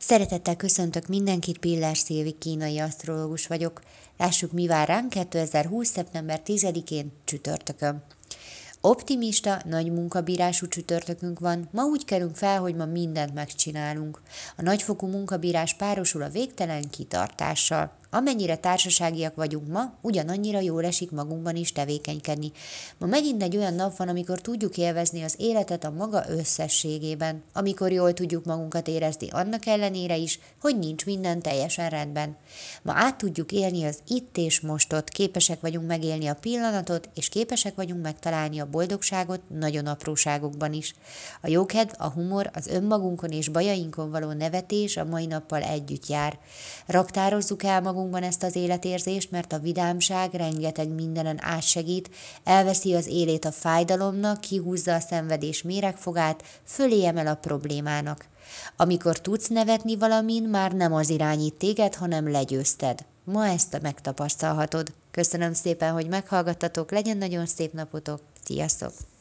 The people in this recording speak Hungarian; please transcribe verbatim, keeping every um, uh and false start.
Szeretettel köszöntök mindenkit, Pillás Szilvi kínai asztrológus vagyok. Lássuk, mi vár ránk kétezer-húsz. szeptember tizedikén csütörtökön. Optimista, nagy munkabírású csütörtökünk van, ma úgy kerünk fel, hogy ma mindent megcsinálunk. A nagyfokú munkabírás párosul a végtelen kitartással. Amennyire társaságiak vagyunk ma, ugyanannyira jól esik magunkban is tevékenykedni. Ma megint egy olyan nap van, amikor tudjuk élvezni az életet a maga összességében, amikor jól tudjuk magunkat érezni annak ellenére is, hogy nincs minden teljesen rendben. Ma át tudjuk élni az itt és mostot, képesek vagyunk megélni a pillanatot, és képesek vagyunk megtalálni a boldogságot nagyon apróságokban is. A jókedv, a humor, az önmagunkon és bajainkon való nevetés a mai nappal együtt jár. Raktározzuk el magunkat ezt az életérzést, mert a vidámság rengeteg mindenen átsegít, elveszi az élét a fájdalomnak, kihúzza a szenvedés méregfogát, fölé emel a problémának. Amikor tudsz nevetni valamin, már nem az irányít téged, hanem legyőzted. Ma ezt megtapasztalhatod. Köszönöm szépen, hogy meghallgattatok, legyen nagyon szép napotok, sziasztok!